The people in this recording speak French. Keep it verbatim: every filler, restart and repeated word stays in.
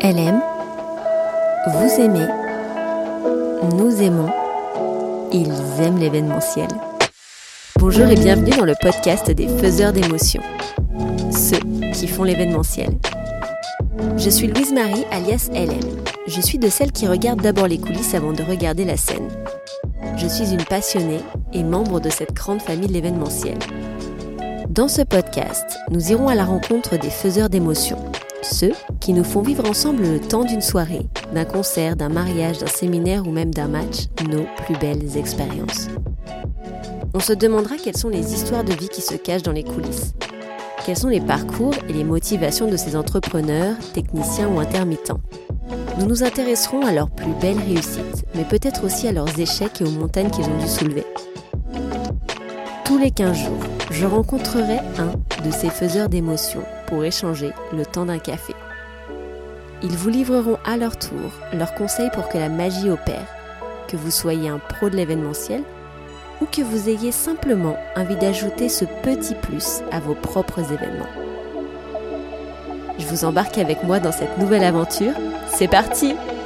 elle aime, vous aimez, nous aimons, ils aiment l'événementiel. Bonjour et bienvenue dans le podcast des faiseurs d'émotions, ceux qui font l'événementiel. Je suis Louise Marie alias elle aime. Je suis de celles qui regardent d'abord les coulisses avant de regarder la scène. Je suis une passionnée et membre de cette grande famille de l'événementiel. Dans ce podcast, nous irons à la rencontre des faiseurs d'émotions, ceux qui nous font vivre ensemble le temps d'une soirée, d'un concert, d'un mariage, d'un séminaire ou même d'un match, nos plus belles expériences. On se demandera quelles sont les histoires de vie qui se cachent dans les coulisses. Quels sont les parcours et les motivations de ces entrepreneurs, techniciens ou intermittents. Nous nous intéresserons à leurs plus belles réussites, mais peut-être aussi à leurs échecs et aux montagnes qu'ils ont dû soulever. Tous les quinze jours, je rencontrerai un de ces faiseurs d'émotions pour échanger le temps d'un café. Ils vous livreront à leur tour leurs conseils pour que la magie opère, que vous soyez un pro de l'événementiel ou que vous ayez simplement envie d'ajouter ce petit plus à vos propres événements. Je vous embarque avec moi dans cette nouvelle aventure. C'est parti!